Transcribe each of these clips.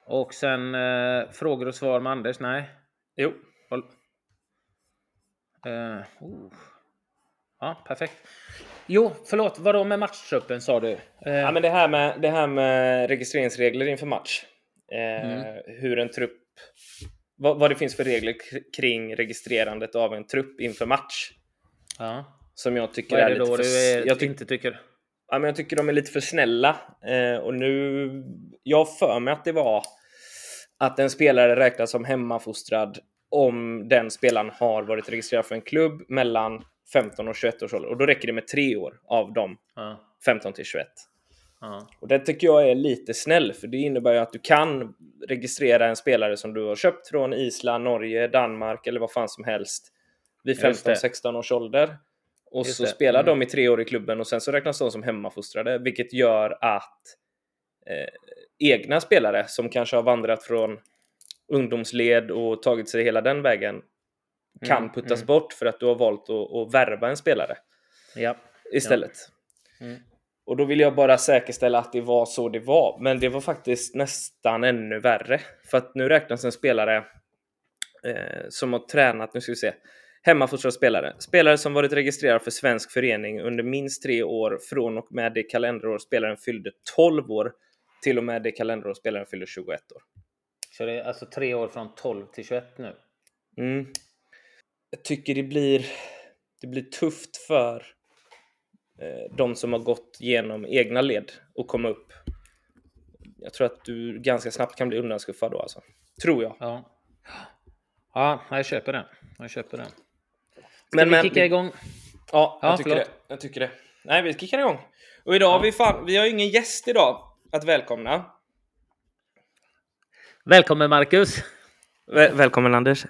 Och sen frågor och svar med Anders, nej. Jo. Ja, perfekt. Jo, förlåt, vadå med matchtruppen sa du? Ja, men det här med registreringsregler inför match. Hur en trupp... Vad det finns för regler kring registrerandet av en trupp inför match. Ja. Som jag tycker Vad är är det lite då du inte tycker? Ja, men jag tycker de är lite för snälla. Och nu... Jag för mig att det var att en spelare räknas som hemmafostrad om den spelaren har varit registrerad för en klubb mellan 15 och 21 års ålder. Och då räcker det med 3 år av dem 15 till 21. Ja. Och det tycker jag är lite snäll, för det innebär ju att du kan registrera en spelare som du har köpt från Island, Norge, Danmark eller vad fan som helst vid 15-16 års ålder. Och så spelar de i 3 år i klubben och sen så räknas de som hemmafostrade, vilket gör att egna spelare som kanske har vandrat från ungdomsled och tagit sig hela den vägen kan puttas bort för att du har valt att värva en spelare istället. Och då vill jag bara säkerställa att det var så det var. Men det var faktiskt nästan ännu värre. För att nu räknas en spelare som har tränat, nu ska vi se, hemmafostrad spelare. Spelare som varit registrerad för svensk förening under minst 3 år från och med det kalenderår spelaren fyllde 12 år till och med det kalenderår spelaren fyllde 21 år. Så det är alltså 3 år från 12 till 21 nu? Jag tycker det blir tufft för de som har gått genom egna led och komma upp. Jag tror att du ganska snabbt kan bli undanskuffad då alltså. Tror jag. Ja, jag köper det. Ska vi kicka igång? Ja, jag tycker det. Nej, vi kickar igång. Och idag vi har ingen gäst idag att välkomna. Välkommen Marcus. Välkommen Anders.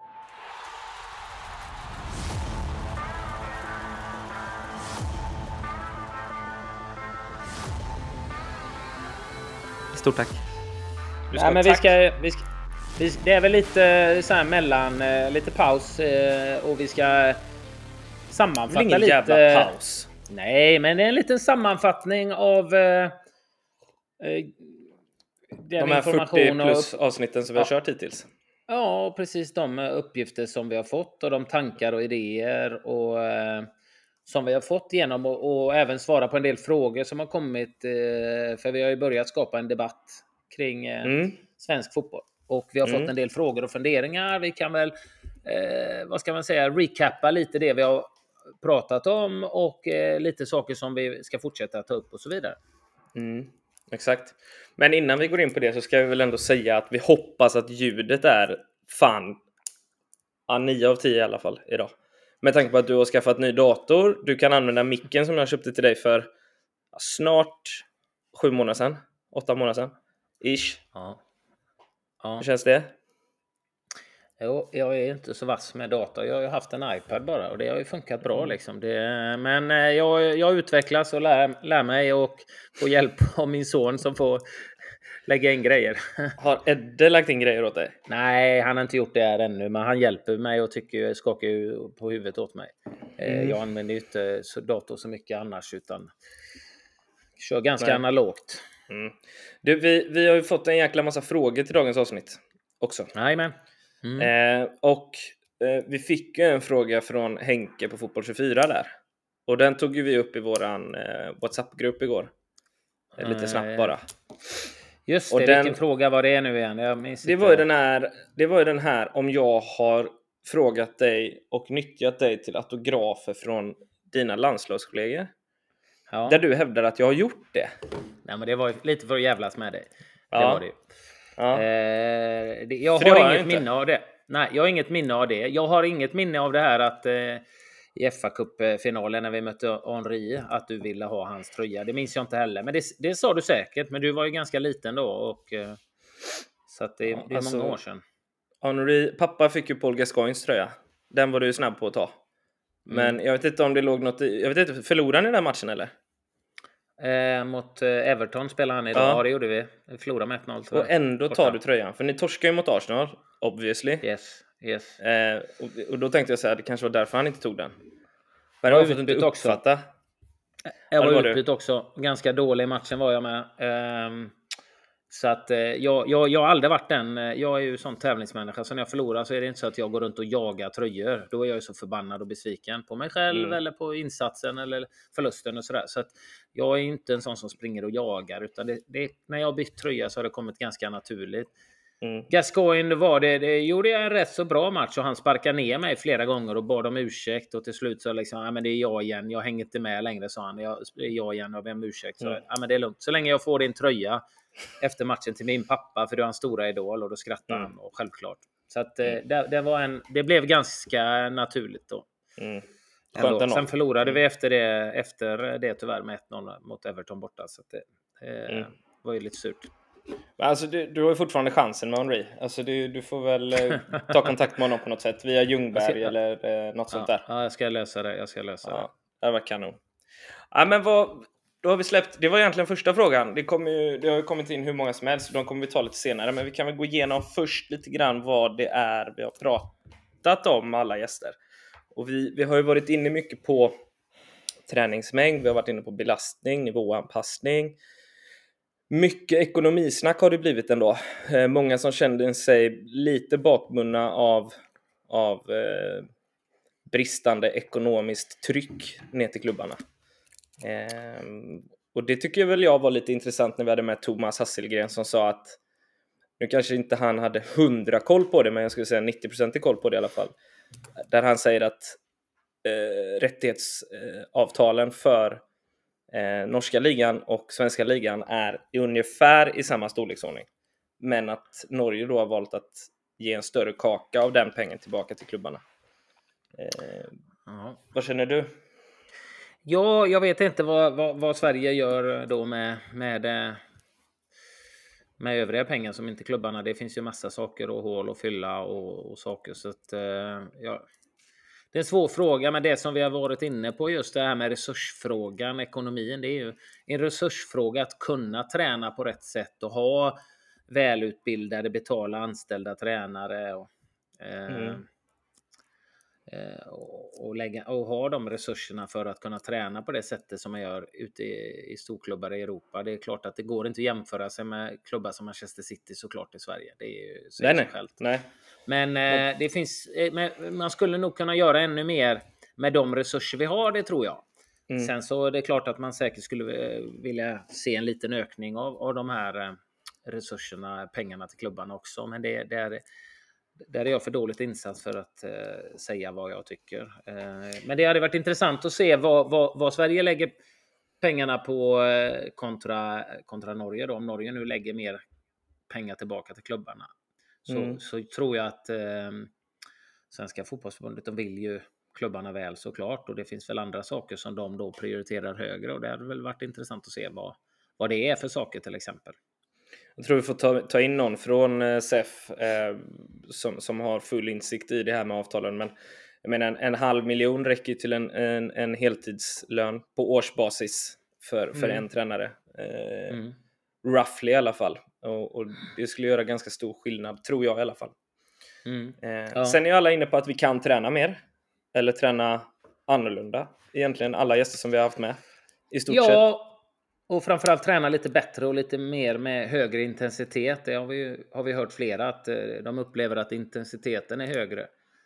Stort tack. Nej, men det är väl lite så här mellan lite paus och vi ska sammanfatta lite. Jävla paus. Nej, men det är en liten sammanfattning av de här 40 plus avsnitten som vi har kört hittills. Ja, precis de uppgifter som vi har fått och de tankar och idéer och som vi har fått igenom och även svara på en del frågor som har kommit, för vi har ju börjat skapa en debatt kring svensk fotboll. Och vi har fått en del frågor och funderingar. Vi kan väl, vad ska man säga, recappa lite det vi har pratat om och lite saker som vi ska fortsätta ta upp och så vidare. Exakt. Men innan vi går in på det så ska vi väl ändå säga att vi hoppas att ljudet är 9 av 10 i alla fall idag. Med tanke på att du har skaffat ny dator. Du kan använda micken som jag köpte till dig för snart 7 månader sedan. 8 månader sedan. Ish. Ja. Hur känns det? Jo, jag är inte så vass med dator. Jag har ju haft en iPad bara och det har ju funkat bra liksom. Men jag utvecklas och lär mig och får hjälp av min son som får lägga in grejer. Har Edde lagt in grejer åt dig? Nej, han har inte gjort det här ännu, men han hjälper mig och skakar ju på huvudet åt mig. Jag använder ju inte dator så mycket annars utan kör ganska analogt. Du, vi har ju fått en jäkla massa frågor till dagens avsnitt också. Jajamän. Vi fick ju en fråga från Henke på Fotboll 24 där. Och den tog ju vi upp i våran WhatsApp-grupp igår. Lite snabbt bara. Just det, vilken fråga var det nu igen? Det var ju den här om jag har frågat dig och nyttjat dig till autografer från dina landslagskollegor. Ja. Där du hävdar att jag har gjort det. Nej, men det var lite för att jävlas med dig. Ja. Det var det ju. Ja. Jag har inget minne av det. Nej, jag har inget minne av det. Jag har inget minne av det här att i FA-cupfinalen när vi mötte Henri att du ville ha hans tröja. Det minns jag inte heller. Men det sa du säkert. Men du var ju ganska liten då. Och, så att det är många år sedan. Henri, pappa fick ju Paul Gascoignes tröja. Den var du ju snabb på att ta. Men jag vet inte om det låg något i... Jag vet inte, förlorade ni den där matchen eller? Mot Everton spelade han idag. Ja, det gjorde vi. Vi förlorade med 1-0. Och ändå tar du tröjan. För ni torskar ju mot Arsenal, obviously. Yes. Och då tänkte jag så här, det kanske var därför han inte tog den. Men jag var inte uppfatta. Jag var utbytt också. Ganska dålig i matchen var jag med. Så att jag har aldrig varit den. Jag är ju sån tävlingsmänniska, så när jag förlorar så är det inte så att jag går runt och jagar tröjor. Då är jag ju så förbannad och besviken på mig själv eller på insatsen eller förlusten och sådär. Så att jag är inte en sån som springer och jagar, utan när jag har bytt tröja så har det kommit ganska naturligt. Gascoigne det gjorde jag en rätt så bra match, och han sparkade ner mig flera gånger och bad om ursäkt, och till slut så liksom, men det är jag igen, jag hänger inte med längre, sa han. Det är jag igen, jag ber om ursäkt. Så, men det är lugnt, så länge jag får din tröja efter matchen till min pappa, för det är hans stora idol, och då skrattar han, och självklart. Så att det blev ganska naturligt då. Sen förlorade vi efter det tyvärr med 1-0 mot Everton borta, så att det var ju lite surt. Alltså du har ju fortfarande chansen med Henry. Alltså du får väl ta kontakt med honom på något sätt via Ljungberg eller något sånt där. Ja, jag ska lösa det. Det var kanon. Ja, men då har vi släppt. Det var egentligen första frågan. Det har ju kommit in hur många som helst, så de kommer vi ta lite senare, men vi kan väl gå igenom först lite grann vad det är vi har pratat om med alla gäster. Och vi har ju varit inne mycket på träningsmängd, vi har varit inne på belastning, nivåanpassning. Mycket ekonomisnack har det blivit ändå. Många som kände sig lite bakbundna av bristande ekonomiskt tryck ner till klubbarna. Och det tycker väl jag var lite intressant när vi hade med Thomas Hasselgren, som sa att nu kanske inte han hade 100 koll på det, men jag skulle säga 90% koll på det i alla fall. Där han säger att rättighetsavtalen för norska ligan och svenska ligan är ungefär i samma storleksordning, men att Norge då har valt att ge en större kaka av den pengen tillbaka till klubbarna. Vad känner du? Ja, jag vet inte vad Sverige gör då med övriga pengar som inte klubbarna. Det finns ju massa saker och hål att fylla och saker, så att det är en svår fråga, men det som vi har varit inne på, just det här med resursfrågan, ekonomin, det är ju en resursfråga att kunna träna på rätt sätt och ha välutbildade, betala anställda tränare och ha de resurserna för att kunna träna på det sättet som man gör ute i storklubbar i Europa. Det är klart att det går inte att jämföra sig med klubbar som Manchester City såklart i Sverige. Det är ju sig självt. Nej. Men det finns, man skulle nog kunna göra ännu mer med de resurser vi har, det tror jag. Sen så är det klart att man säkert skulle vilja se en liten ökning av de här resurserna, pengarna till klubbarna också. Men där är jag för dåligt insatt för att säga vad jag tycker. Men det hade varit intressant att se vad Sverige lägger pengarna på kontra Norge då. Om Norge nu lägger mer pengar tillbaka till klubbarna, så tror jag att Svenska fotbollsförbundet, de vill ju klubbarna väl såklart, och det finns väl andra saker som de då prioriterar högre, och det hade väl varit intressant att se vad det är för saker till exempel. Jag tror vi får ta in någon från SEF som har full insikt i det här med avtalen, men jag menar 500 000 räcker till en heltidslön på årsbasis för en tränare. Roughly i alla fall. Och det skulle göra ganska stor skillnad, tror jag i alla fall. Sen är alla inne på att vi kan träna mer. Eller träna annorlunda. Egentligen alla gäster som vi har haft med. I stort sett. Och framförallt träna lite bättre och lite mer med högre intensitet. Det har vi hört flera, att de upplever att intensiteten är högre.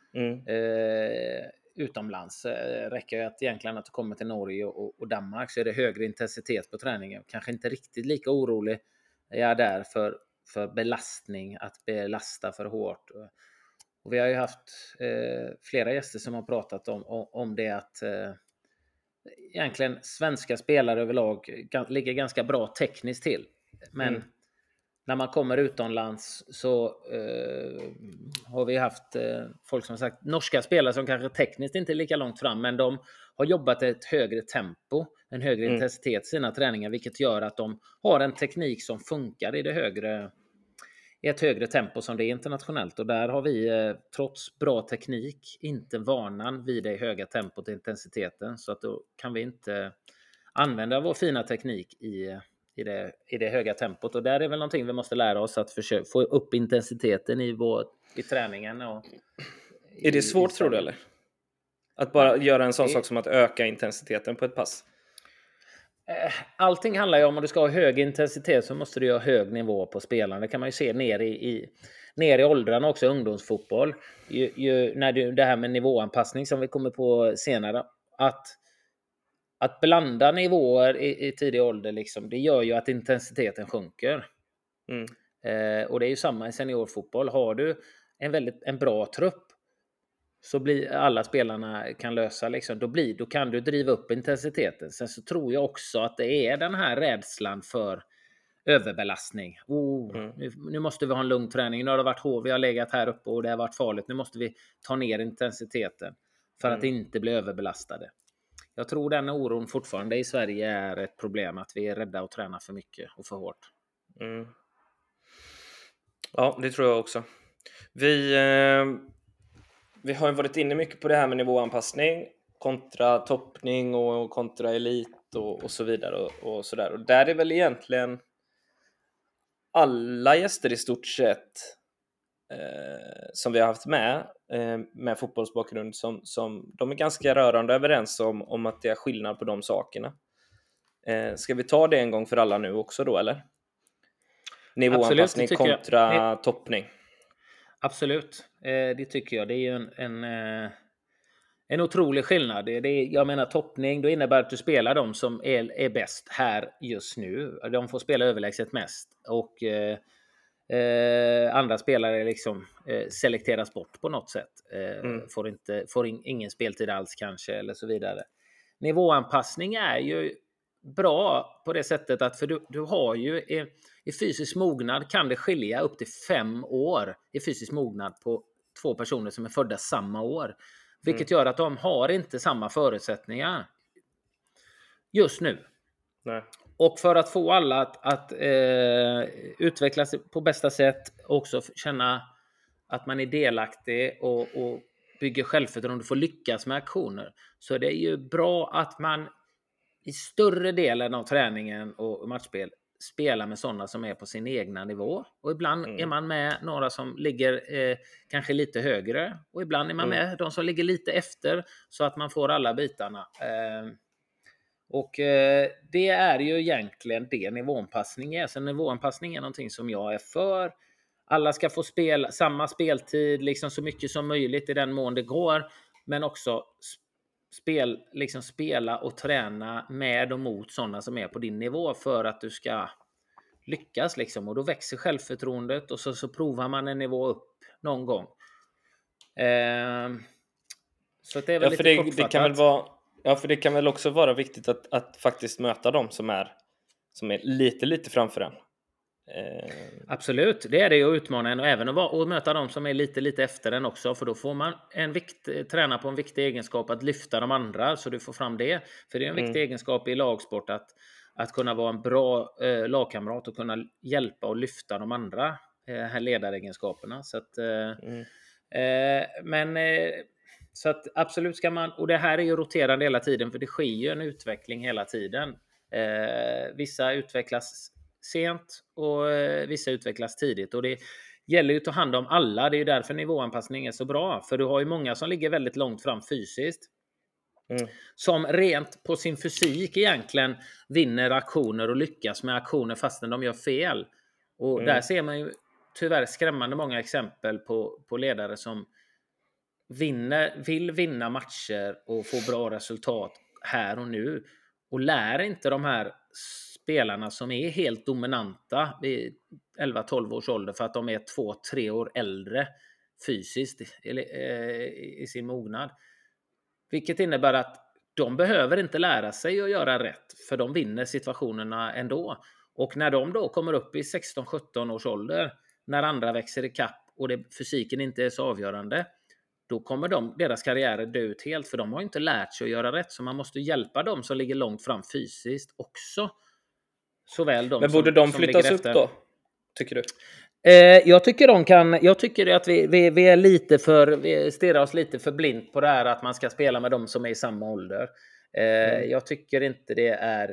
Utomlands räcker det att egentligen att du kommer till Norge och Danmark, så är det högre intensitet på träningen. Kanske inte riktigt lika orolig är jag där för belastning, att belasta för hårt. Och vi har ju haft flera gäster som har pratat om det, att egentligen svenska spelare överlag ligger ganska bra tekniskt till. Men när man kommer utomlands så har vi haft folk som har sagt, norska spelare som kanske tekniskt inte är lika långt fram, men de har jobbat ett högre tempo, en högre intensitet i sina träningar, vilket gör att de har en teknik som funkar i ett högre tempo som det är internationellt. Och där har vi trots bra teknik inte vanan vid det höga tempot och intensiteten, så att då kan vi inte använda vår fina teknik i det höga tempot. Och där är väl någonting vi måste lära oss, att försöka få upp intensiteten i träningen. Är det svårt, tror du, eller? Att bara göra en sån sak som att öka intensiteten på ett pass? Allting handlar ju om du ska ha hög intensitet så måste du ha hög nivå på spelarna. Det kan man ju se ner i åldrarna också, ungdomsfotboll. Det här med nivåanpassning som vi kommer på senare. Att blanda nivåer i tidig ålder, liksom, det gör ju att intensiteten sjunker. Och det är ju samma i seniorfotboll. Har du en bra trupp så blir alla spelarna kan lösa, liksom, då kan du driva upp intensiteten. Sen så tror jag också att det är den här rädslan för överbelastning. Nu måste vi ha en lugn träning. Nu har det varit hårt, vi har legat här uppe och det har varit farligt. Nu måste vi ta ner intensiteten för att inte bli överbelastade. Jag tror den oron fortfarande i Sverige är ett problem, att vi är rädda att träna för mycket och för hårt. Ja, det tror jag också. Vi har ju varit inne mycket på det här med nivåanpassning kontra toppning och kontra elit och så vidare och sådär. Och där är väl egentligen alla gäster i stort sett som vi har haft med fotbollsbakgrund som de är ganska rörande överens om att det är skillnad på de sakerna. Ska vi ta det en gång för alla nu också då, eller? Nivåanpassning kontra toppning. Absolut, det tycker jag. Det är ju en otrolig skillnad. Jag menar, toppning, då innebär att du spelar de som är bäst här just nu. De får spela överlägset mest. Och andra spelare liksom selekteras bort på något sätt. Får ingen speltid alls kanske, eller så vidare. Nivåanpassning är ju bra på det sättet att för du har ju i fysisk mognad kan det skilja upp till 5 år i fysisk mognad på 2 personer som är födda samma år. Vilket gör att de har inte samma förutsättningar just nu. Nej. Och för att få alla att utvecklas på bästa sätt, också känna att man är delaktig och bygger självförtroende och får lyckas med aktioner, så det är ju bra att man i större delen av träningen och matchspel spelar med sådana som är på sin egna nivå. Och ibland är man med några som ligger kanske lite högre. Och ibland är man med de som ligger lite efter, så att man får alla bitarna. Och det är ju egentligen det nivåanpassning är. Så nivåanpassning är någonting som jag är för. Alla ska få samma speltid, liksom så mycket som möjligt i den mån det går. Men också spela och träna med och mot sådana som är på din nivå för att du ska lyckas, liksom. Och då växer självförtroendet och så provar man en nivå upp någon gång. Så det är väl lite kortfattat. Det kan väl vara, för det kan väl också vara viktigt att faktiskt möta dem som är lite framför en. Absolut, det är det ju, utmana en, och även att möta dem som är lite efter en också, för då får man träna på en viktig egenskap att lyfta de andra, så du får fram det, för det är en viktig egenskap i lagsport att kunna vara en bra lagkamrat och kunna hjälpa och lyfta de andra här ledaregenskaperna, så att så att absolut ska man, och det här är ju roterande hela tiden, för det sker ju en utveckling hela tiden. Vissa utvecklas sent och vissa utvecklas tidigt, och det gäller ju att ta hand om alla. Det är ju därför nivåanpassning är så bra, för du har ju många som ligger väldigt långt fram fysiskt, som rent på sin fysik egentligen vinner aktioner och lyckas med aktioner fastän de gör fel. Och där ser man ju tyvärr skrämmande många exempel på ledare som vill vinna matcher och få bra resultat här och nu, och lär inte de här spelarna som är helt dominanta vid 11-12 års ålder för att de är 2-3 år äldre fysiskt i sin mognad. Vilket innebär att de behöver inte lära sig att göra rätt, för de vinner situationerna ändå. Och när de då kommer upp i 16-17 års ålder, när andra växer i kapp och fysiken inte är så avgörande, då kommer deras karriärer dö ut helt, för de har inte lärt sig att göra rätt. Så man måste hjälpa dem som ligger långt fram fysiskt också. Såväl de. Men borde de flyttas upp då, tycker du? Jag tycker att vi är lite vi stirrar oss lite för blint på det här att man ska spela med dem som är i samma ålder. Jag tycker inte det är...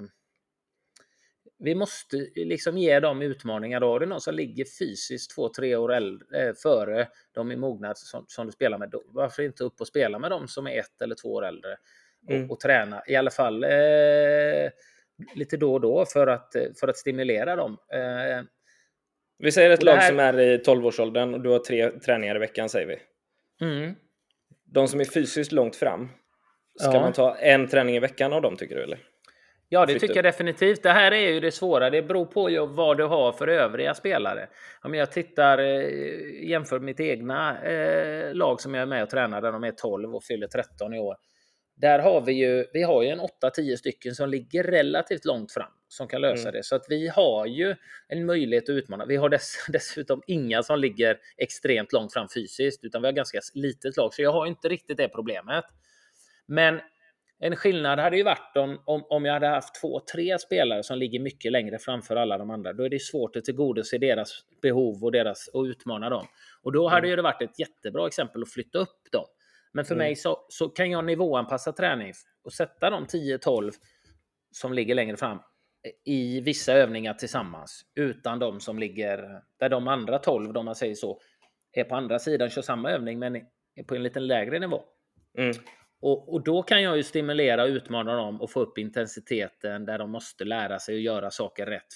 Vi måste liksom ge dem utmaningar då. Det är någon som ligger fysiskt 2-3 år äldre, före de i mognad som du spelar med då. Varför inte upp och spela med dem som är 1 eller 2 år äldre och träna? I alla fall lite då och då för att stimulera dem. Vi säger ett lag som är i 12-årsåldern och du har 3 träningar i veckan, säger vi. De som är fysiskt långt fram, ska man ta en träning i veckan av dem, tycker du, eller? Ja, det tycker jag definitivt. Det här är ju det svåra. Det beror på vad du har för övriga spelare. Om jag jämför mitt egna lag som jag är med och tränar, där de är 12 och fyller 13 i år. Där har vi har ju en 8-10 stycken som ligger relativt långt fram som kan lösa det. Så att vi har ju en möjlighet att utmana. Vi har dessutom inga som ligger extremt långt fram fysiskt, utan vi har ganska litet lag. Så jag har inte riktigt det problemet. Men en skillnad hade ju varit om jag hade haft 2-3 spelare som ligger mycket längre framför alla de andra. Då är det svårt att tillgodose deras behov och utmana dem. Och då hade det varit ett jättebra exempel att flytta upp dem. Men för mig så kan jag nivåanpassa träning och sätta de 10-12 som ligger längre fram i vissa övningar tillsammans, utan de som ligger där de andra 12, om man säger så, är på andra sidan, kör samma övning men är på en lite lägre nivå. Och då kan jag ju stimulera och utmana dem och få upp intensiteten där de måste lära sig att göra saker rätt,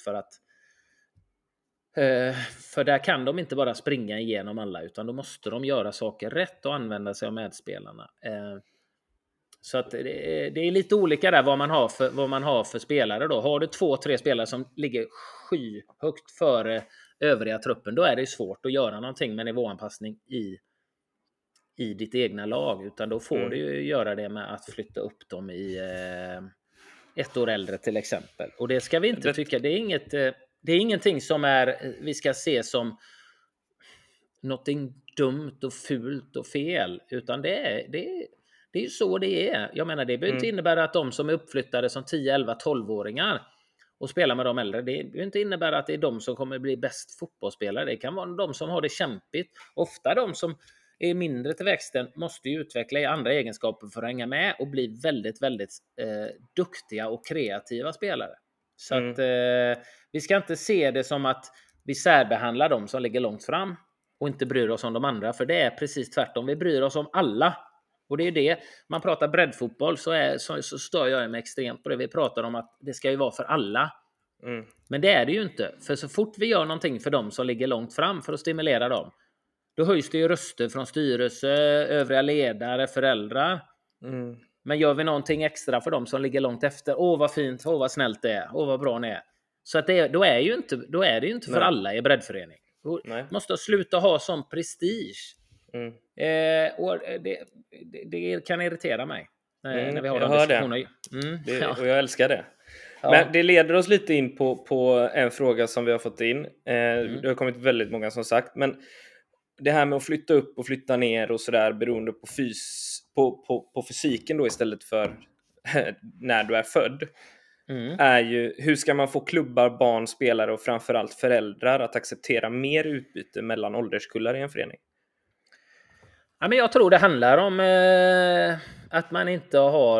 för där kan de inte bara springa igenom alla, utan då måste de göra saker rätt och använda sig av medspelarna. Så att det är lite olika där vad man har för spelare då. Har du 2-3 spelare som ligger skyhögt före övriga truppen, då är det svårt att göra någonting med nivåanpassning i ditt egna lag, utan då får du ju göra det med att flytta upp dem i 1 år äldre till exempel. Och det ska vi inte tycka, det är ingenting som vi ska se som någonting dumt och fult och fel, utan det är ju så det är. Jag menar, det behöver inte innebära att de som är uppflyttade som 10, 11, 12-åringar och spelar med de äldre, det behöver inte innebära att det är de som kommer bli bäst fotbollsspelare. Det kan vara de som har det kämpigt. Ofta de som är mindre till växten måste ju utveckla i andra egenskaper för att hänga med och bli väldigt, väldigt duktiga och kreativa spelare. Så att vi ska inte se det som att vi särbehandlar de som ligger långt fram och inte bryr oss om de andra, för det är precis tvärtom. Vi bryr oss om alla. Och det är det, man pratar breddfotboll så stör jag mig extremt på det. Vi pratar om att det ska ju vara för alla. Men det är det ju inte. För så fort vi gör någonting för dem som ligger långt fram för att stimulera dem, då höjs det ju röster från styrelse, övriga ledare, föräldrar. Men gör vi någonting extra för dem som ligger långt efter, vad fint, vad snällt det är, vad bra ni är. Så att då är det ju inte för alla i breddförening. Måste sluta ha sån prestige. Och det kan irritera mig när vi har den diskussionen. Och jag älskar det. Men det leder oss lite in på en fråga som vi har fått in. Det har kommit väldigt många som sagt, men det här med att flytta upp och flytta ner och sådär beroende på fysiken då istället för när du är född, är ju, hur ska man få klubbar, barn, spelare och framförallt föräldrar att acceptera mer utbyte mellan ålderskullar i en förening? Ja, men jag tror det handlar om att man inte har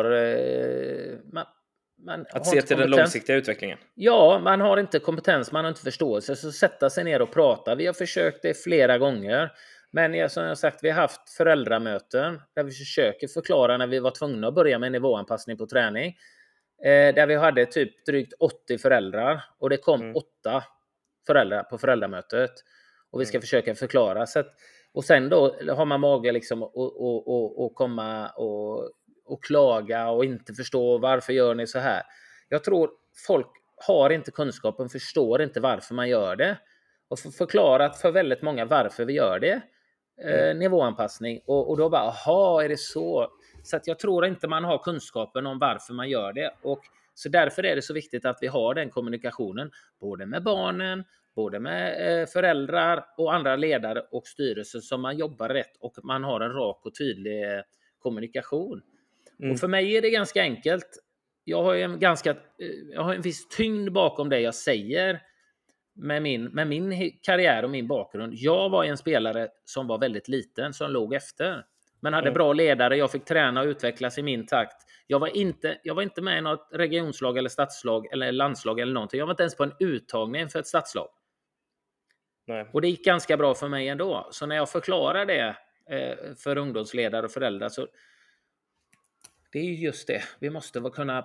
att se till den långsiktiga utvecklingen. Ja, man har inte kompetens, man har inte förståelse. Så sätta sig ner och prata. Vi har försökt det flera gånger. Men som jag sagt, vi har haft föräldramöten där vi försöker förklara när vi var tvungna att börja med nivåanpassning på träning. Där vi hade typ drygt 80 föräldrar. Och det kom 8 föräldrar på föräldramötet. Och vi ska försöka förklara. Och sen då har man mage liksom och komma och klaga och inte förstå varför gör ni så här. Jag tror folk har inte kunskapen, förstår inte varför man gör det. Och förklarat för väldigt många varför vi gör det. Nivåanpassning. Och då bara, aha, är det så? Så att jag tror inte man har kunskapen om varför man gör det. Och så därför är det så viktigt att vi har den kommunikationen. Både med barnen, både med föräldrar och andra ledare och styrelser, som man jobbar rätt och man har en rak och tydlig kommunikation. Och för mig är det ganska enkelt. Jag har en viss tyngd bakom det jag säger med min karriär och min bakgrund. Jag var en spelare som var väldigt liten, som låg efter. Men hade bra ledare, jag fick träna och utvecklas i min takt. Jag var inte med i något regionslag eller stadslag eller landslag eller någonting. Jag var inte ens på en uttagning för ett stadslag. Nej. Och det gick ganska bra för mig ändå. Så när jag förklarar det för ungdomsledare och föräldrar, så det är ju just det. Vi måste kunna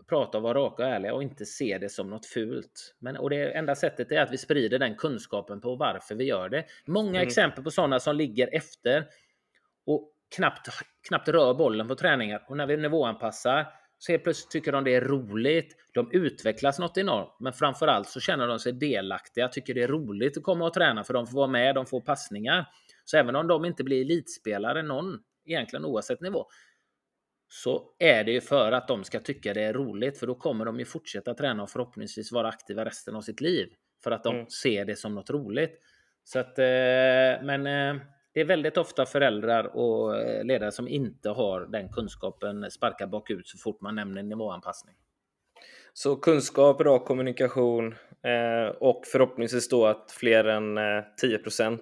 prata och vara raka och ärliga och inte se det som något fult. Och det enda sättet är att vi sprider den kunskapen på varför vi gör det. Många exempel på sådana som ligger efter och knappt rör bollen på träningar. Och när vi nivåanpassar så helt plötsligt tycker de det är roligt. De utvecklas något enormt. Men framförallt så känner de sig delaktiga. Tycker det är roligt att komma och träna för de får vara med, de får passningar. Så även om de inte blir elitspelare någon, egentligen oavsett nivå, så är det ju för att de ska tycka det är roligt. För då kommer de ju fortsätta träna och förhoppningsvis vara aktiva resten av sitt liv. För att de ser det som något roligt. Så att, men det är väldigt ofta föräldrar och ledare som inte har den kunskapen sparkar bakut så fort man nämner nivåanpassning. Så kunskap, bra kommunikation och förhoppningsvis då att fler än 10%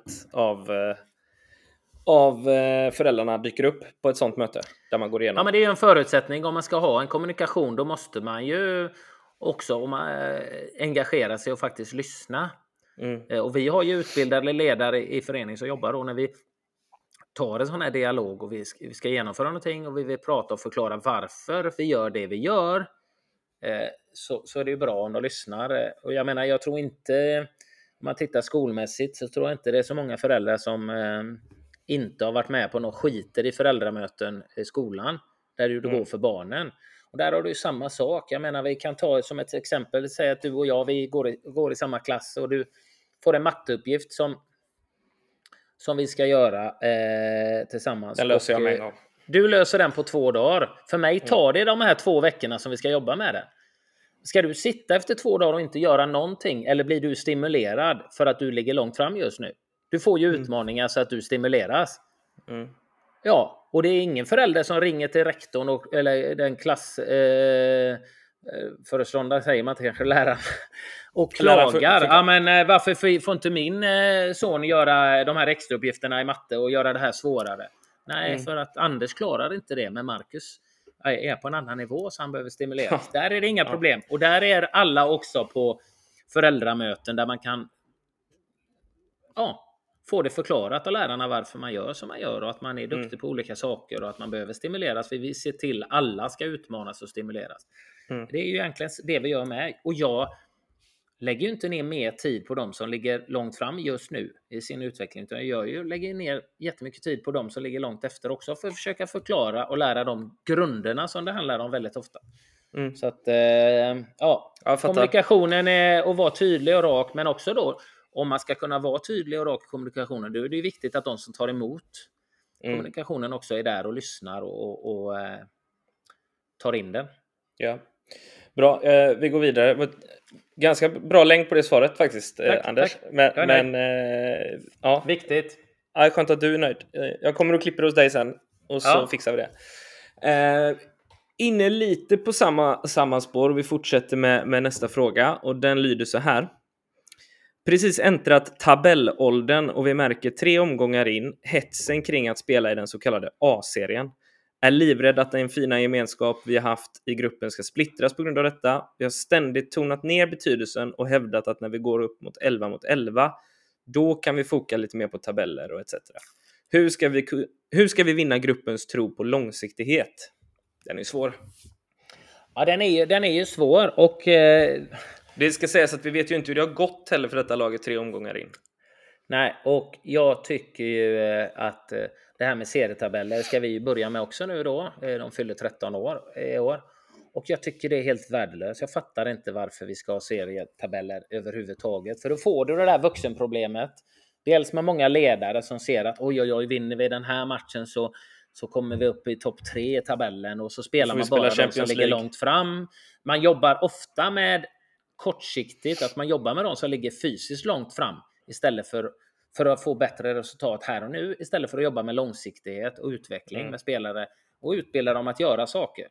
av föräldrarna dyker upp på ett sånt möte där man går igenom. Ja, men det är ju en förutsättning. Om man ska ha en kommunikation, då måste man ju också engagera sig och faktiskt lyssna. Och vi har ju utbildade ledare i föreningen som jobbar då när vi tar en sån här dialog och vi ska genomföra någonting och vi vill prata och förklara varför vi gör det vi gör. Så är det ju bra om de lyssnar. Och jag menar, jag tror inte, om man tittar skolmässigt så tror jag inte det är så många föräldrar som inte har varit med på något skiter i föräldramöten i skolan där det går för barnen. Och där har du ju samma sak. Jag menar, vi kan ta som ett exempel, säga att du och jag, vi går i samma klass och du får en matteuppgift som vi ska göra tillsammans. Den löser jag med en gång. Du löser den på 2 dagar. För mig tar det de här 2 veckorna som vi ska jobba med den. Ska du sitta efter 2 dagar och inte göra någonting? Eller blir du stimulerad för att du ligger långt fram just nu? Du får ju utmaningar så att du stimuleras. Ja, och det är ingen förälder som ringer till rektorn eller den föreståndare, säger man inte, kanske läraren, och klagar. Ja, men varför får inte min son göra de här extrauppgifterna i matte och göra det här svårare? Nej, för att Anders klarar inte det, men Marcus är på en annan nivå så han behöver stimuleras. Där är det inga problem. Och där är alla också på föräldramöten där man kan få det förklarat av lärarna varför man gör som man gör och att man är duktig på olika saker och att man behöver stimuleras. För vi ser till att alla ska utmanas och stimuleras. Det är ju egentligen det vi gör med. Och jag lägger ju inte ner mer tid på dem som ligger långt fram just nu i sin utveckling. Utan jag lägger ner jättemycket tid på dem som ligger långt efter också för att försöka förklara och lära de grunderna som det handlar om väldigt ofta. Så att kommunikationen är att vara tydlig och rak, men också då om man ska kunna vara tydlig och rak i kommunikationen, då är det viktigt att de som tar emot kommunikationen också är där och lyssnar och tar in den. Ja. Bra, vi går vidare. Ganska bra längd på det svaret faktiskt, tack, Anders. Tack. Men ja. Viktigt. Ja, skönt att du är nöjd. Jag kommer att klippa hos dig sen och så fixar vi det. Inne lite på samma spår. Vi fortsätter med nästa fråga och den lyder så här. Precis äntrat tabellåldern och vi märker 3 omgångar in hetsen kring att spela i den så kallade A-serien. Är livrädd att den fina gemenskap vi har haft i gruppen ska splittras på grund av detta. Vi har ständigt tonat ner betydelsen och hävdat att när vi går upp mot 11 mot 11, då kan vi foka lite mer på tabeller och etc. Hur ska vi vinna gruppens tro på långsiktighet? Den är svår. Ja, den är ju svår och det ska sägas att vi vet ju inte hur det har gått heller för detta laget 3 omgångar in. Nej, och jag tycker ju att det här med serietabeller ska vi börja med också nu då. De fyller 13 år i år. Och jag tycker det är helt värdelöst. Jag fattar inte varför vi ska ha serietabeller överhuvudtaget. För då får du det där vuxenproblemet. Dels med många ledare som ser att oj, vinner vi den här matchen så kommer vi upp i topp 3 i tabellen. Och så spelar man bara de som ligger långt fram. Man jobbar ofta med kortsiktigt, att man jobbar med de som ligger fysiskt långt fram istället för att få bättre resultat här och nu, istället för att jobba med långsiktighet och utveckling med spelare och utbilda dem att göra saker.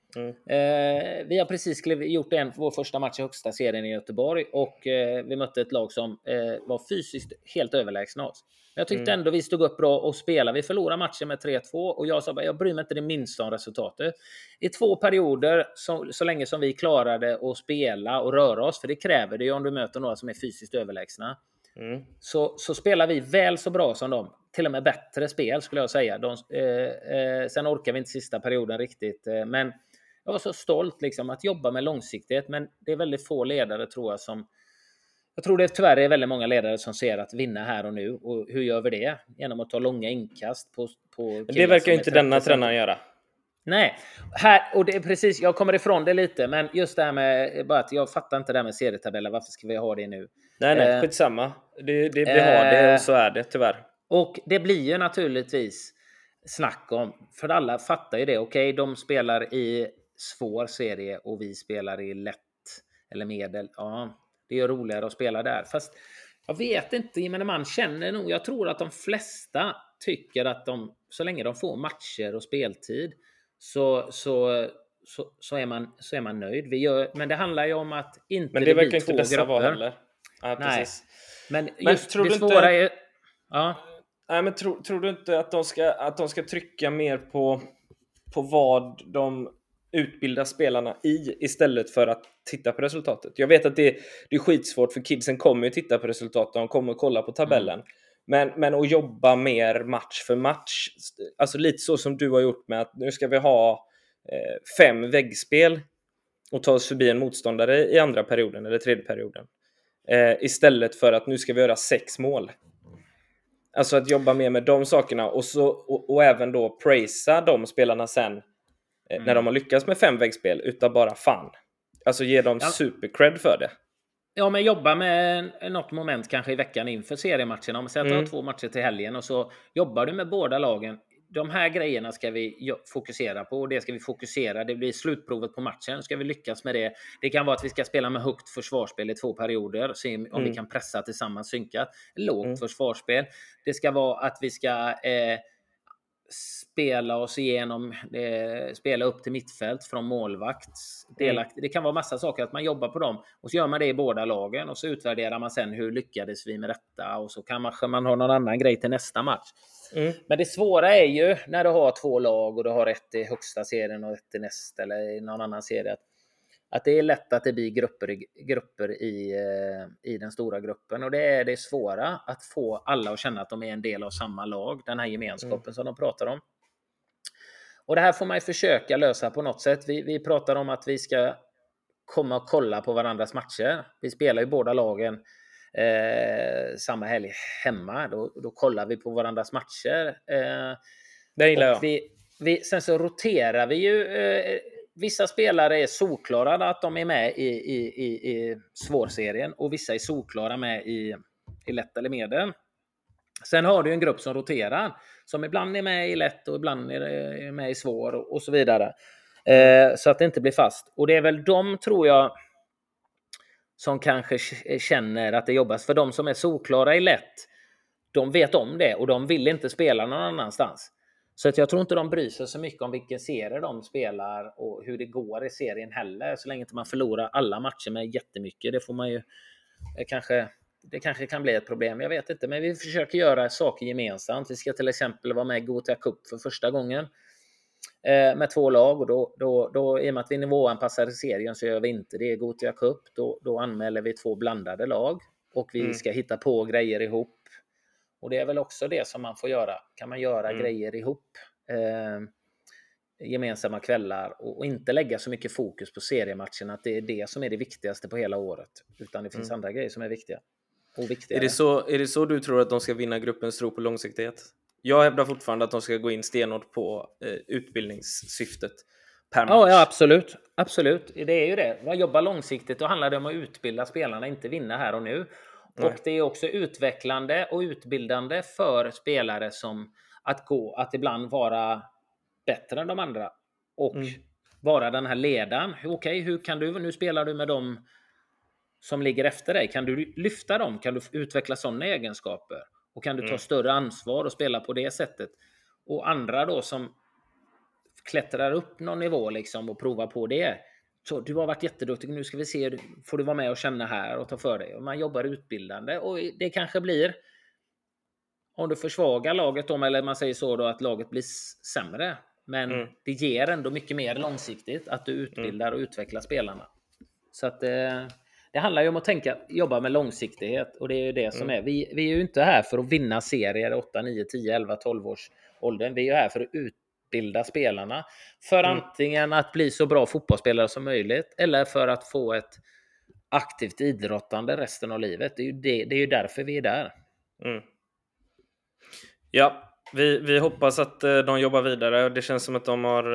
Vi har precis gjort vår första match i högsta serien i Göteborg och vi mötte ett lag som var fysiskt helt överlägsna oss. Men jag tyckte ändå vi stod upp bra och spelade. Vi förlorade matchen med 3-2 och jag sa bara, jag bryr mig inte det minsta om resultatet. I 2 perioder, så länge som vi klarade att spela och röra oss, för det kräver det ju om du möter några som är fysiskt överlägsna. Så spelar vi väl så bra som dem. Till och med bättre spel skulle jag säga. Sen orkar vi inte sista perioden riktigt. Men jag var så stolt liksom att jobba med långsiktighet, men det är väldigt få ledare tror jag som... Jag tror det tyvärr är väldigt många ledare som ser att vinna här och nu. Och hur gör vi det? Genom att ta långa inkast på det verkar ju inte denna tränaren göra. Nej, och det är precis, jag kommer ifrån det lite, men just det här med bara att jag fattar inte det här med serietabeller, varför ska vi ha det nu? Nej, skitsamma. Vi har det och så är det tyvärr. Och det blir ju naturligtvis snack om, för alla fattar ju det, okej, de spelar i svår serie och vi spelar i lätt eller medel. Ja, det är roligare att spela där. Fast jag vet inte, gemene man känner nog, jag tror att de flesta tycker att så länge de får matcher och speltid så är man nöjd. Men det handlar ju om att inte men det verkar blir inte två dessa grupper. vara heller. Ja, nej. Precis. Men just tror det svåra är... Ja. Nej, men tror du inte att de ska trycka mer på vad de utbildar spelarna istället för att titta på resultatet? Jag vet att det är skitsvårt, för kidsen kommer ju titta på resultatet, de kommer kolla på tabellen. Men att jobba mer match för match, alltså lite så som du har gjort med att nu ska vi ha 5 väggspel och ta oss förbi en motståndare i andra perioden eller tredje perioden, istället för att nu ska vi göra 6 mål. Alltså att jobba mer med de sakerna och även då praisa de spelarna sen när de har lyckats med 5 väggspel utan bara fan. Alltså ge dem super-cred för det. Ja, men jobba med något moment kanske i veckan inför seriematcherna. Om man säger att du har 2 matcher till helgen och så jobbar du med båda lagen. De här grejerna ska vi fokusera på och det ska vi fokusera. Det blir slutprovet på matchen. Ska vi lyckas med det? Det kan vara att vi ska spela med högt försvarsspel i 2 perioder. Se om vi kan pressa tillsammans, synkat. Lågt försvarsspel. Det ska vara att vi ska spela oss igenom, spela upp till mittfält från målvakt. Det kan vara massa saker att man jobbar på dem och så gör man det i båda lagen och så utvärderar man sen hur lyckades vi med detta och så kanske man har någon annan grej till nästa match. Men det svåra är ju när du har 2 lag och du har ett i högsta serien och ett i nästa eller i någon annan serie, att det är lätt att det blir grupper i den stora gruppen. Och det är det svåra att få alla att känna att de är en del av samma lag. Den här gemenskapen som de pratar om. Och det här får man ju försöka lösa på något sätt. Vi pratar om att vi ska komma och kolla på varandras matcher. Vi spelar ju båda lagen samma helg hemma. Då kollar vi på varandras matcher. Det gillar jag. Sen så roterar vi ju... Vissa spelare är solklara att de är med i svårserien och vissa är solklara med i lätt eller medel. Sen har du en grupp som roterar, som ibland är med i lätt och ibland är med i svår och så vidare. Så att det inte blir fast. Och det är väl de, tror jag, som kanske känner att det jobbas. För de som är solklara i lätt, de vet om det och de vill inte spela någon annanstans. Så att jag tror inte de bryr sig så mycket om vilken serie de spelar och hur det går i serien heller. Så länge inte man förlorar alla matcher med jättemycket. Det får man ju det kanske kan bli ett problem. Jag vet inte, men vi försöker göra saker gemensamt. Vi ska till exempel vara med i Gothia Cup för första gången med 2 lag. Och då i och med att vi nivåanpassar serien så gör vi inte det i Gothia Cup. Då anmäler vi 2 blandade lag och vi ska hitta på grejer ihop. Och det är väl också det som man får göra. Kan man göra grejer ihop gemensamma kvällar och inte lägga så mycket fokus på seriematchen att det är det som är det viktigaste på hela året. Utan det finns andra grejer som är viktiga. Och viktigare. Är det så du tror att de ska vinna gruppens tro på långsiktighet? Jag hävdar fortfarande att de ska gå in stenhårt på utbildningssyftet per match. Ja, absolut. Absolut. Det är ju det. Man jobbar långsiktigt och handlar det om att utbilda spelarna, inte vinna här och nu. Och det är också utvecklande och utbildande för spelare som att ibland vara bättre än de andra och vara den här ledaren. Okej, hur kan du, nu spelar du med dem som ligger efter dig. Kan du lyfta dem? Kan du utveckla sådana egenskaper? Och kan du ta större ansvar och spela på det sättet? Och andra då som klättrar upp någon nivå liksom och provar på det. Så du har varit jätteduktig, nu ska vi se, får du vara med och känna här och ta för dig. Och man jobbar utbildande och det kanske blir, om du försvagar laget om, eller man säger så då, att laget blir sämre. Men det ger ändå mycket mer långsiktigt att du utbildar och utvecklar spelarna. Så att det handlar ju om att jobba med långsiktighet. Och det är ju det som är. Vi är ju inte här för att vinna serier 8, 9, 10, 11, 12 års åldern. Vi är ju här för att utbilda spelarna för antingen att bli så bra fotbollsspelare som möjligt eller för att få ett aktivt idrottande resten av livet. Det är ju därför vi är där. Ja, vi hoppas att de jobbar vidare. Det känns som att de har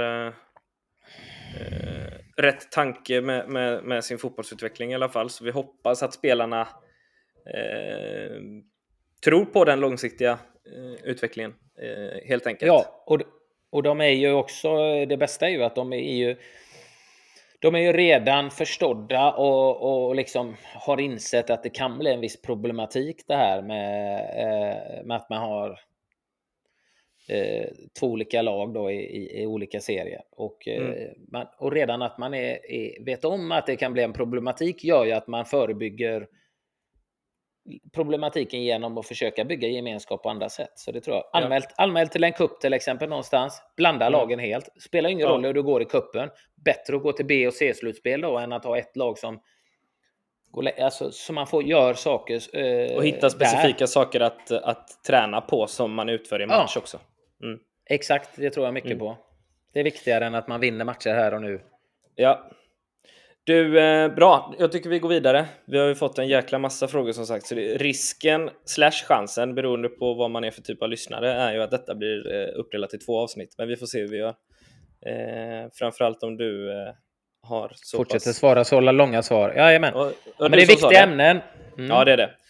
rätt tanke med sin fotbollsutveckling i alla fall. Så vi hoppas att spelarna tror på den långsiktiga utvecklingen helt enkelt. Ja, och de är ju också, det bästa är ju att de är ju redan förstådda och liksom har insett att det kan bli en viss problematik det här med att man har två olika lag då i olika serier. Och redan att man vet om att det kan bli en problematik gör ju att man förebygger problematiken genom att försöka bygga gemenskap på andra sätt. Så det tror jag. Anmäl till en kupp till exempel någonstans. Blanda lagen helt. Spelar ingen roll hur du går i kuppen. Bättre att gå till B- och C-slutspel då än att ha ett lag som alltså, så man får göra saker och hitta specifika saker att träna på som man utför i match också. Exakt, det tror jag mycket på. Det är viktigare än att man vinner matcher här och nu. Ja. Du, bra. Jag tycker vi går vidare. Vi har ju fått en jäkla massa frågor som sagt. Så risken / chansen, beroende på vad man är för typ av lyssnare, är ju att detta blir uppdelat i 2 avsnitt. Men vi får se hur vi gör. Framförallt om du har så fortsätter svara så långa svar. Jajamän. Men det är viktiga ämnen. Ja, det är det.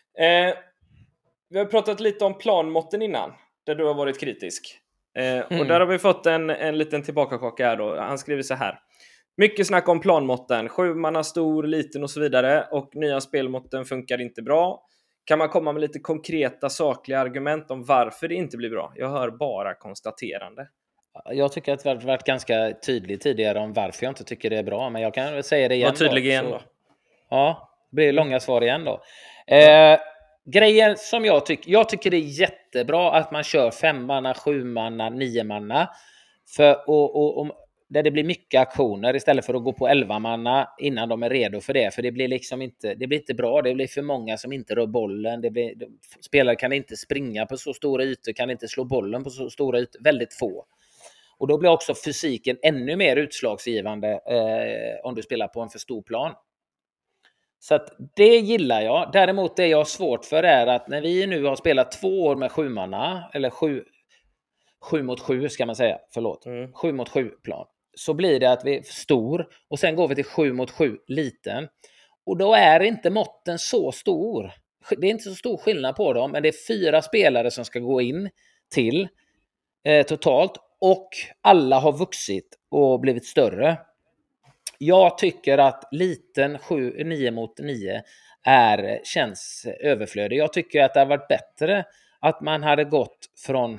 Vi har pratat lite om planmåtten innan, där du har varit kritisk. Och där har vi fått en liten tillbakakaka här då. Han skriver så här: mycket snack om planmåtten, 7 manna stor, liten och så vidare, och nya spelmåtten funkar inte bra. Kan man komma med lite konkreta sakliga argument om varför det inte blir bra? Jag hör bara konstaterande. Jag tycker att det har varit ganska tydligt tidigare om varför jag inte tycker det är bra, men jag kan säga det igen. Var tydlig igen då. Ja, det blir långa svar igen då. Grejen som jag tycker det är jättebra att man kör 5 manna, 7 manna, 9 manna. Och där det blir mycket aktioner istället för att gå på 11 manna innan de är redo för det. För det blir liksom inte bra. Det blir för många som inte rör bollen. Spelare kan inte springa på så stora ytor, kan inte slå bollen på så stora ytor. Väldigt få. Och då blir också fysiken ännu mer utslagsgivande om du spelar på en för stor plan. Så att det gillar jag. Däremot det jag har svårt för är att när vi nu har spelat 2 år med 7 manna, eller 7 mot 7 ska man säga, 7 mot 7 plan, så blir det att vi är stor och sen går vi till 7 mot 7 liten. Och då är inte måtten så stor. Det är inte så stor skillnad på dem, men det är 4 spelare som ska gå in till totalt, och alla har vuxit och blivit större. Jag tycker att liten 9 mot 9 känns överflödig. Jag tycker att det har varit bättre att man hade gått från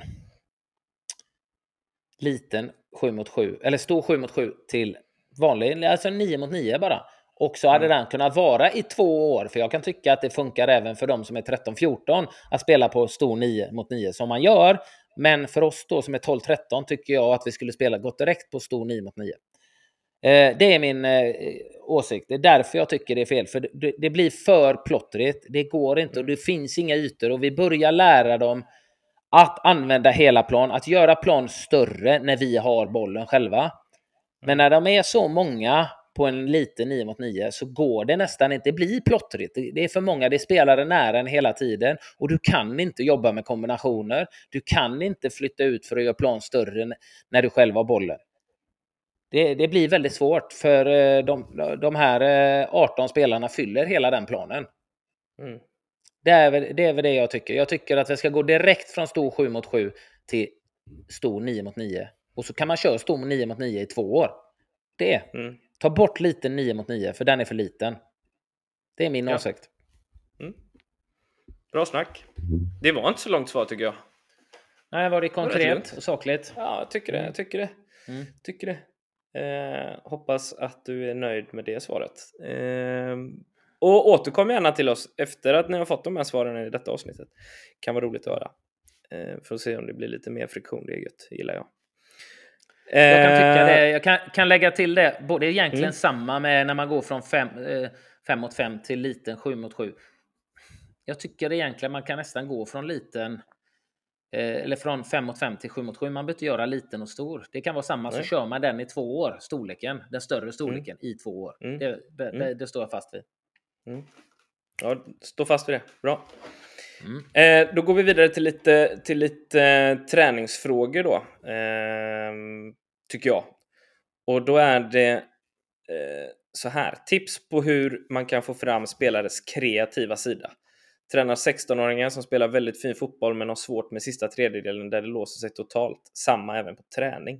liten 7 mot 7 eller stor 7 mot 7 till vanlig, alltså 9 mot 9 bara. Och så hade den kunnat vara i 2 år, för jag kan tycka att det funkar även för de som är 13-14 att spela på stor 9 mot 9 som man gör. Men för oss då som är 12-13 tycker jag att vi skulle gått direkt på stor 9 mot 9. Det är min åsikt. Det är därför jag tycker det är fel. För det blir för plottrigt. Det går inte och det finns inga ytor. Och vi börjar lära dem att använda hela plan. Att göra plan större när vi har bollen själva. Men när de är så många på en liten 9 mot 9 så går det nästan inte. Det blir plottrigt. Det är för många. Det är spelare nära en hela tiden. Och du kan inte jobba med kombinationer. Du kan inte flytta ut för att göra plan större när du själv har bollen. Det blir väldigt svårt för de här 18 spelarna fyller hela den planen. Det är väl det jag tycker. Jag tycker att vi ska gå direkt från stor 7 mot 7 till stor 9 mot 9. Och så kan man köra stor 9 mot 9 i 2 år. Ta bort liten 9 mot 9 för den är för liten. Det är min åsikt. Bra snack. Det var inte så långt svar tycker jag. Nej, var det konkret och sakligt? Ja, jag tycker det. Hoppas att du är nöjd med det svaret. Och återkom gärna till oss efter att ni har fått de här svaren i detta avsnittet. Kan vara roligt att höra. För att se om det blir lite mer friktion. Det är gött, gillar jag. Jag kan tycka det. Jag kan lägga till det. Det är egentligen samma med när man går från 5 mot 5 till liten 7 mot 7. Jag tycker egentligen man kan nästan gå från liten eller från 5 mot 5 till 7 mot 7. Man behöver inte göra liten och stor. Det kan vara samma, så kör man den i 2 år, storleken, den större storleken i 2 år. Det står jag fast vid. Ja, stå fast vid det. Bra. Då går vi vidare till lite träningsfrågor då, tycker jag. Och då är det så här. Tips på hur man kan få fram spelares kreativa sida. Tränar 16-åringar som spelar väldigt fin fotboll men har svårt med sista tredjedelen där det låser sig totalt. Samma även på träning.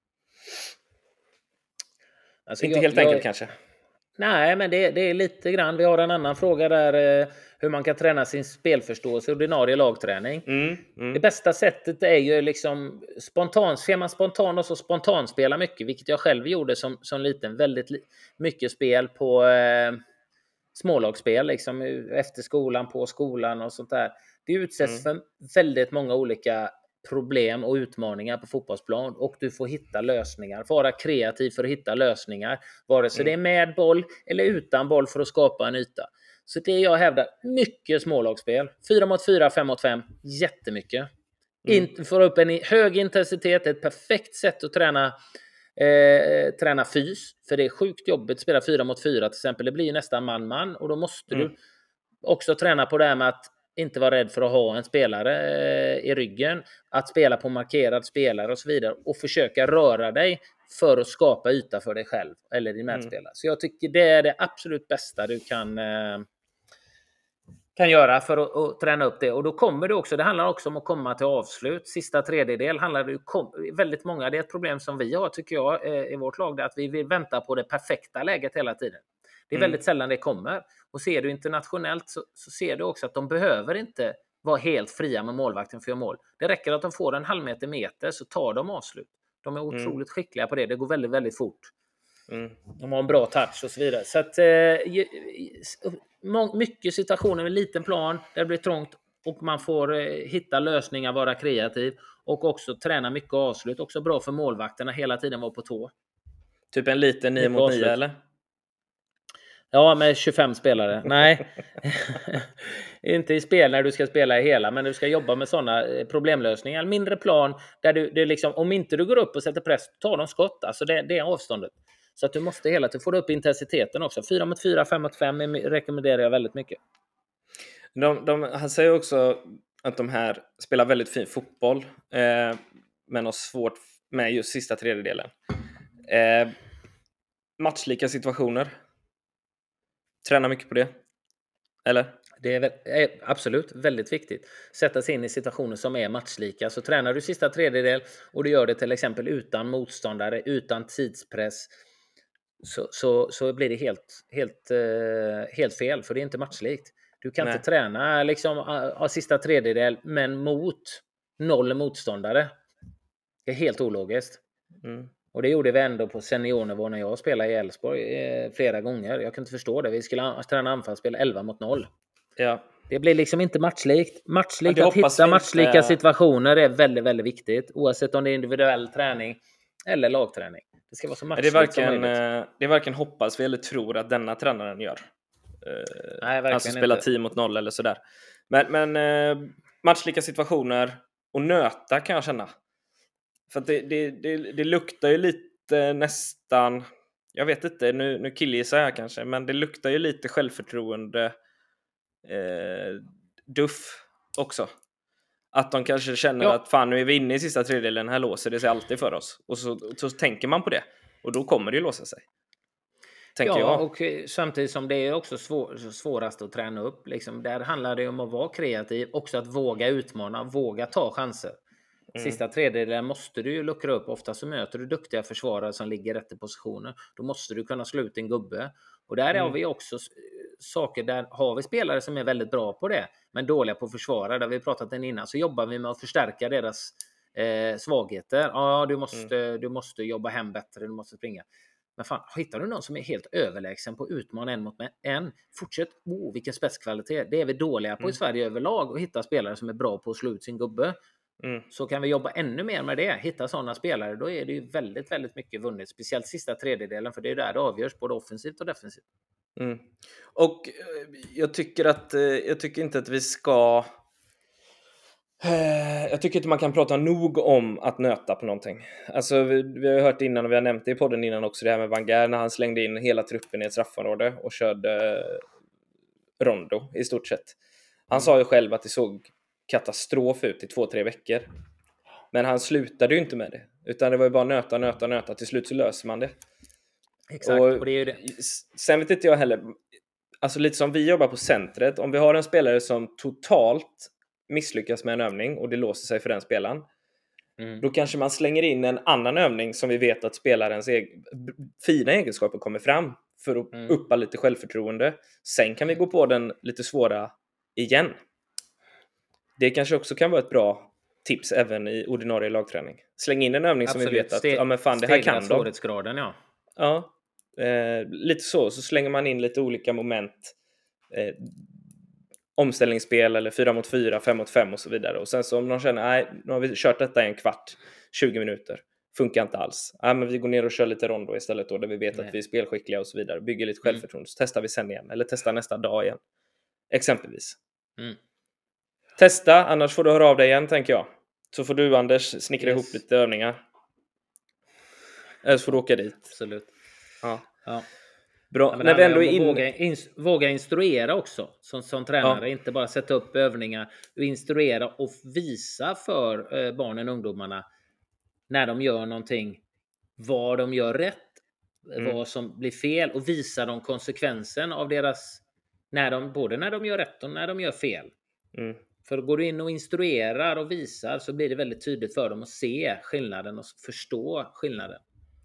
Alltså, inte helt enkelt kanske. Nej, men det är lite grann. Vi har en annan fråga där, hur man kan träna sin spelförståelse i ordinarie lagträning. Det bästa sättet är ju liksom ser man spontan och så spontanspela mycket, vilket jag själv gjorde som liten. Väldigt mycket spel på smålagsspel, liksom efter skolan, på skolan och sånt där. Det utsätts för väldigt många olika problem och utmaningar på fotbollsplan, och du får hitta lösningar. Vara kreativ för att hitta lösningar, vare sig det är med boll eller utan boll, för att skapa en yta. Så det jag hävdar, mycket smålagsspel. 4 mot 4, 5 mot 5, jättemycket. Få upp en hög intensitet, ett perfekt sätt att träna fys, för det är sjukt jobbigt att spela 4 mot 4 till exempel. Det blir ju nästan man, och då måste du också träna på det här med att inte vara rädd för att ha en spelare i ryggen, att spela på markerad spelare och så vidare, och försöka röra dig för att skapa yta för dig själv eller din medspelare. Så jag tycker det är det absolut bästa du kan göra för att träna upp det. Och då kommer det också, det handlar också om att komma till avslut. Sista tredjedel handlar det väldigt många, det är ett problem som vi har, tycker jag, i vårt lag, att vi vill vänta på det perfekta läget hela tiden. Det är väldigt sällan det kommer. Och ser du internationellt så ser du också att de behöver inte vara helt fria med målvakten för att göra mål. Det räcker att de får en halv meter så tar de avslut. De är otroligt skickliga på det. Det går väldigt, väldigt fort. De har en bra touch och så vidare. Så att mycket situationer med liten plan där det blir trångt, och man får hitta lösningar, vara kreativ, och också träna mycket avslut. Också bra för målvakterna hela tiden vara på tå. Typ en liten 9 mot 9 eller? Ja, med 25 spelare. Nej, inte i spel när du ska spela i hela, men du ska jobba med sådana problemlösningar. Mindre plan där det liksom, om inte du går upp och sätter press, tar de skott. Alltså det är avståndet. Så att du måste hela tiden få upp intensiteten också. 4 mot 4, 5 mot 5 rekommenderar jag väldigt mycket. Han säger också att de här spelar väldigt fin fotboll, men har svårt med just sista tredjedelen. Matchlika situationer. Träna mycket på det. Eller? Det är absolut väldigt viktigt. Sätta sig in i situationer som är matchlika. Så tränar du sista tredjedel och du gör det till exempel utan motståndare, utan tidspress, så blir det helt fel, för det är inte matchlikt. Du kan inte träna liksom sista tredjedel men mot 0 motståndare. Det är helt ologiskt. Och det gjorde vi ändå på seniornivå när jag spelade i Elfsborg flera gånger. Jag kunde inte förstå det. Vi skulle träna anfallsspel 11 mot 0. Ja. Det blir liksom inte matchlikt. Att hitta matchlika situationer är väldigt, väldigt viktigt. Oavsett om det är individuell träning eller lagträning. Det ska vara så matchlikt som möjligt. Det är varken hoppas vi eller tror att denna tränaren gör. Nej, verkligen alltså spela 10 mot 0 eller sådär. Men matchlika situationer och nöta kan jag känna. För att det luktar ju lite nästan, jag vet inte, nu killgissar jag kanske, men det luktar ju lite självförtroende duff också. Att de kanske känner att fan, nu är vi inne i sista tredjedelen, här låser det sig alltid för oss. Och så tänker man på det. Och då kommer det ju låsa sig. Tänker jag. Och samtidigt som det är också svårast att träna upp. Liksom, där handlar det om att vara kreativ. Också att våga utmana, våga ta chanser. Sista tredjedelen måste du ju luckra upp. Ofta så möter du duktiga försvarare som ligger rätt i positioner. Då måste du kunna slå ut en gubbe. Och där har vi också saker, där har vi spelare som är väldigt bra på det, men dåliga på att försvara. Där vi pratat om innan, så jobbar vi med att förstärka deras svagheter. Ja, du måste jobba hem bättre, du måste springa. Men fan, hittar du någon som är helt överlägsen på utmana en mot en, fortsätt. Vilken spetskvalitet. Det är vi dåliga på i Sverige överlag, och hitta spelare som är bra på att slå ut sin gubbe. Så kan vi jobba ännu mer med det. Hitta sådana spelare, då är det ju väldigt, väldigt mycket vunnet. Speciellt sista tredjedelen, för det är där det avgörs både offensivt och defensivt. Och jag tycker inte att vi ska Jag tycker inte man kan prata nog om att nöta på någonting. Alltså vi har hört innan och vi har nämnt det i podden innan också, det här med Wenger när han slängde in hela truppen i ett straffområde och körde rondo i stort sett. Han sa ju själv att det såg katastrof ut i 2-3 veckor. Men han slutade ju inte med det. Utan det var ju bara nöta. Till slut så löser man det. Exakt, och det är ju det. Sen vet inte jag heller. Alltså lite som vi jobbar på centret. Om vi har en spelare som totalt misslyckas med en övning och det låser sig för den spelaren. Då kanske man slänger in en annan övning som vi vet att spelarens fina egenskaper kommer fram. För att uppa lite självförtroende. Sen kan vi gå på den lite svåra igen. Det kanske också kan vara ett bra tips även i ordinarie lagträning. Släng in en övning som vi vet att ja, men fan, det här kan de. Svårighetsgraden, ja. Ja, lite så slänger man in lite olika moment. Omställningsspel eller 4 mot 4, 5 mot 5 och så vidare. Och sen så om de känner, nej, nu har vi kört detta i en kvart, 20 minuter. Funkar inte alls. Men vi går ner och kör lite rondo istället då, där vi vet att vi är spelskickliga och så vidare. Bygger lite självförtroende. Så testar vi sen igen. Eller testar nästa dag igen. Exempelvis. Testa, annars får du höra av dig igen, tänker jag. Så får du, Anders, snickra ihop lite övningar. Eller så får du åka dit. Absolut. Ja. Bra. När vi ändå är våga instruera också som tränare. Inte bara sätta upp övningar. Instruera och visa för barnen och ungdomarna när de gör någonting. Vad de gör rätt. Vad som blir fel. Och visa dem konsekvensen av deras... både när de gör rätt och när de gör fel. För går du in och instruerar och visar så blir det väldigt tydligt för dem att se skillnaden och förstå skillnaden.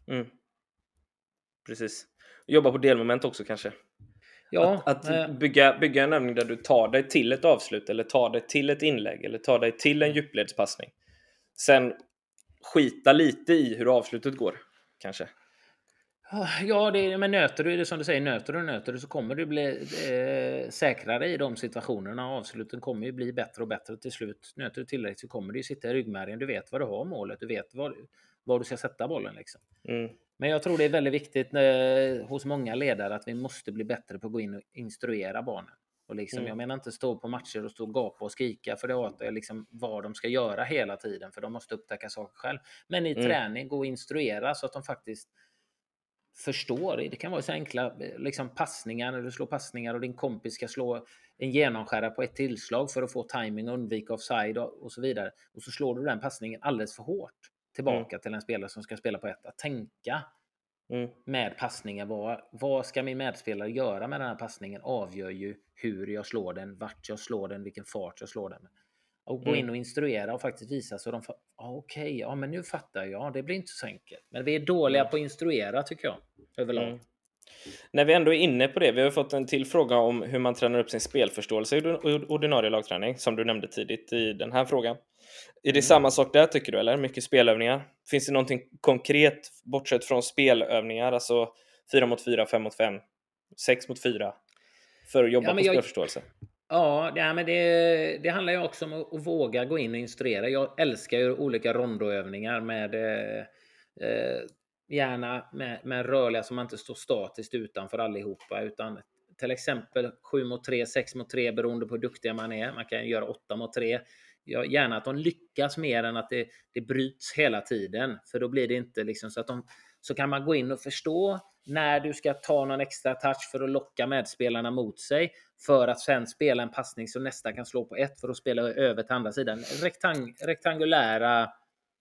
Precis. Jobba på delmoment också kanske. Ja, att bygga en övning där du tar dig till ett avslut eller tar dig till ett inlägg eller tar dig till en djupledspassning. Sen skita lite i hur avslutet går kanske. Ja, men nöter du det som du säger, nöter du så kommer du bli säkrare i de situationerna. Avsluten kommer ju bli bättre och bättre till slut. Nöter du tillräckligt så kommer det ju sitta i ryggmärgen. Du vet vad du har målet, du vet var du ska sätta bollen liksom. Men jag tror det är väldigt viktigt hos många ledare att vi måste bli bättre på att gå in och instruera barnen. Och liksom, jag menar inte stå på matcher och stå och gapa och skrika för det är liksom vad de ska göra hela tiden, för de måste upptäcka saker själv. Men i träning gå och instruera så att de faktiskt förstår. Det kan vara så enkla liksom passningar, när du slår passningar och din kompis ska slå en genomskärare på ett tillslag för att få timing och undvika offside och så vidare. Och så slår du den passningen alldeles för hårt tillbaka till en spelare som ska spela på ett. Att tänka med passningen. Vad ska min medspelare göra med den här passningen avgör ju hur jag slår den, vart jag slår den, vilken fart jag slår den med. Och gå in och instruera och faktiskt visa så de okej, men nu fattar jag. Det blir inte så enkelt. Men vi är dåliga på att instruera tycker jag överlag. När vi ändå är inne på det, vi har fått en till fråga om hur man tränar upp sin spelförståelse i ordinarie lagträning, som du nämnde tidigt i den här frågan. Är det samma sak där tycker du, eller? Mycket spelövningar? Finns det någonting konkret, bortsett från spelövningar, alltså 4 mot 4, 5 mot 5, 6 mot 4, för att jobba på spelförståelse? Ja, men det handlar ju också om att våga gå in och instruera. Jag älskar ju olika rondoövningar med gärna med rörliga som man inte står statiskt utanför allihopa, utan till exempel 7 mot 3, 6 mot 3 beroende på hur duktiga man är. Man kan göra 8 mot 3. Gärna att de lyckas mer än att det bryts hela tiden, för då blir det inte liksom så att så kan man gå in och förstå när du ska ta någon extra touch för att locka medspelarna mot sig, för att sen spela en passning så nästa kan slå på ett för att spela över till andra sidan. Rektangulära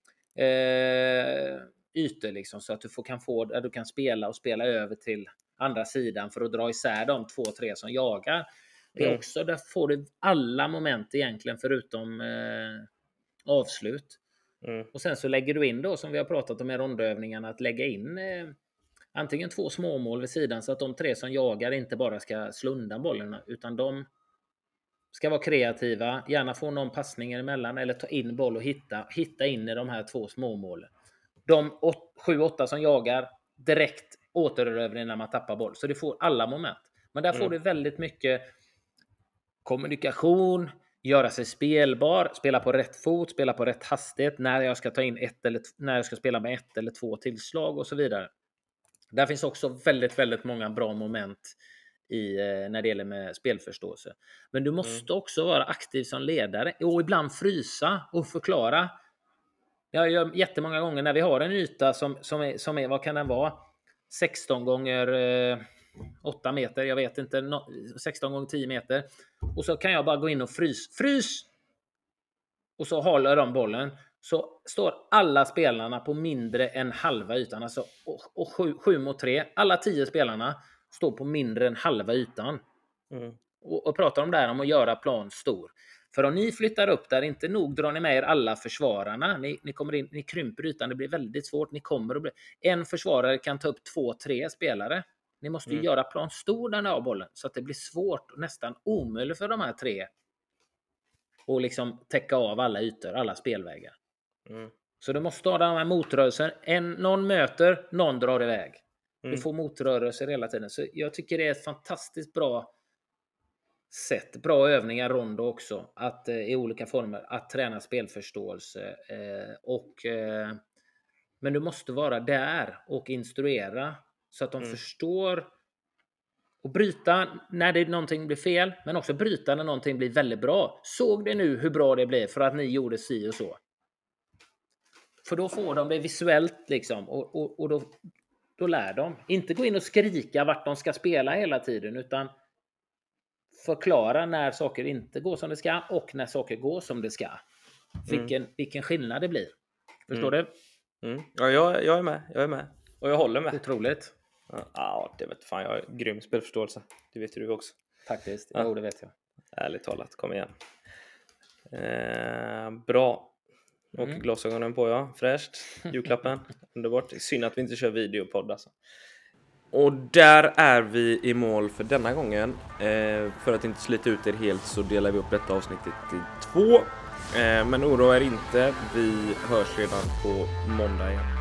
ytor liksom, så att du kan spela över till andra sidan för att dra isär de 2-3 som jagar. Det är också, där får du alla moment egentligen förutom avslut. Och sen så lägger du in då, som vi har pratat om i rondövningarna, att lägga in antingen 2 småmål vid sidan så att de 3 som jagar inte bara ska slå undan bollarna, utan de ska vara kreativa, gärna få någon passning emellan eller ta in boll och hitta in i de här 2 småmålen. De 7-8 som jagar direkt återerövring när man tappar boll, så det får alla moment. Men där får du väldigt mycket kommunikation, göra sig spelbar, spela på rätt fot, spela på rätt hastighet, när jag ska ta in när jag ska spela med 1 eller 2 tillslag och så vidare. Där finns också väldigt, väldigt många bra moment när det gäller med spelförståelse. Men du måste också vara aktiv som ledare och ibland frysa och förklara. Jag gör jättemånga gånger när vi har en yta som är vad kan den vara? 16 gånger 8 meter, jag vet inte, 16 gånger 10 meter. Och så kan jag bara gå in och frys! Och så håller de bollen. Så står alla spelarna på mindre än halva ytan. Alltså, och 7 mot 3. Alla 10 spelarna står på mindre än halva ytan. Och pratar om det här om att göra plan stor. För om ni flyttar upp där, inte nog drar ni med er alla försvararna. Ni kommer in, ni krymper ytan, det blir väldigt svårt. Ni kommer att bli, en försvarare kan ta upp 2-3 spelare. Ni måste ju göra plan stor där ni har bollen. Så att det blir svårt och nästan omöjligt för de här 3. Och liksom täcka av alla ytor, alla spelvägar. Så du måste ha de här motrörelser. Någon möter, någon drar iväg. Du får motrörelser hela tiden. Så jag tycker det är ett fantastiskt bra sätt. Bra övningar, rondo också. Att i olika former. Att träna spelförståelse. Men du måste vara där och instruera. Så att de förstår. Och bryta när någonting blir fel. Men också bryta när någonting blir väldigt bra. Såg det nu hur bra det blev för att ni gjorde si och så. För då får de det visuellt liksom. Och då lär de. Inte gå in och skrika vart de ska spela hela tiden. Utan förklara när saker inte går som det ska. Och när saker går som det ska. Vilken skillnad det blir. Förstår du? Ja, jag är med. Och jag håller med. Otroligt. Ja, det vet fan. Jag har grym spelförståelse. Det vet du också. Faktiskt. Ja, det vet jag. Ärligt talat. Kom igen. Bra. Och glasögonen på, ja. Fräscht. Julklappen. Underbart. Synd att vi inte kör videopodd alltså. Och där är vi i mål för denna gången. För att inte slita ut er helt så delar vi upp detta avsnittet i 2. Men oroa er inte. Vi hörs redan på måndag igen.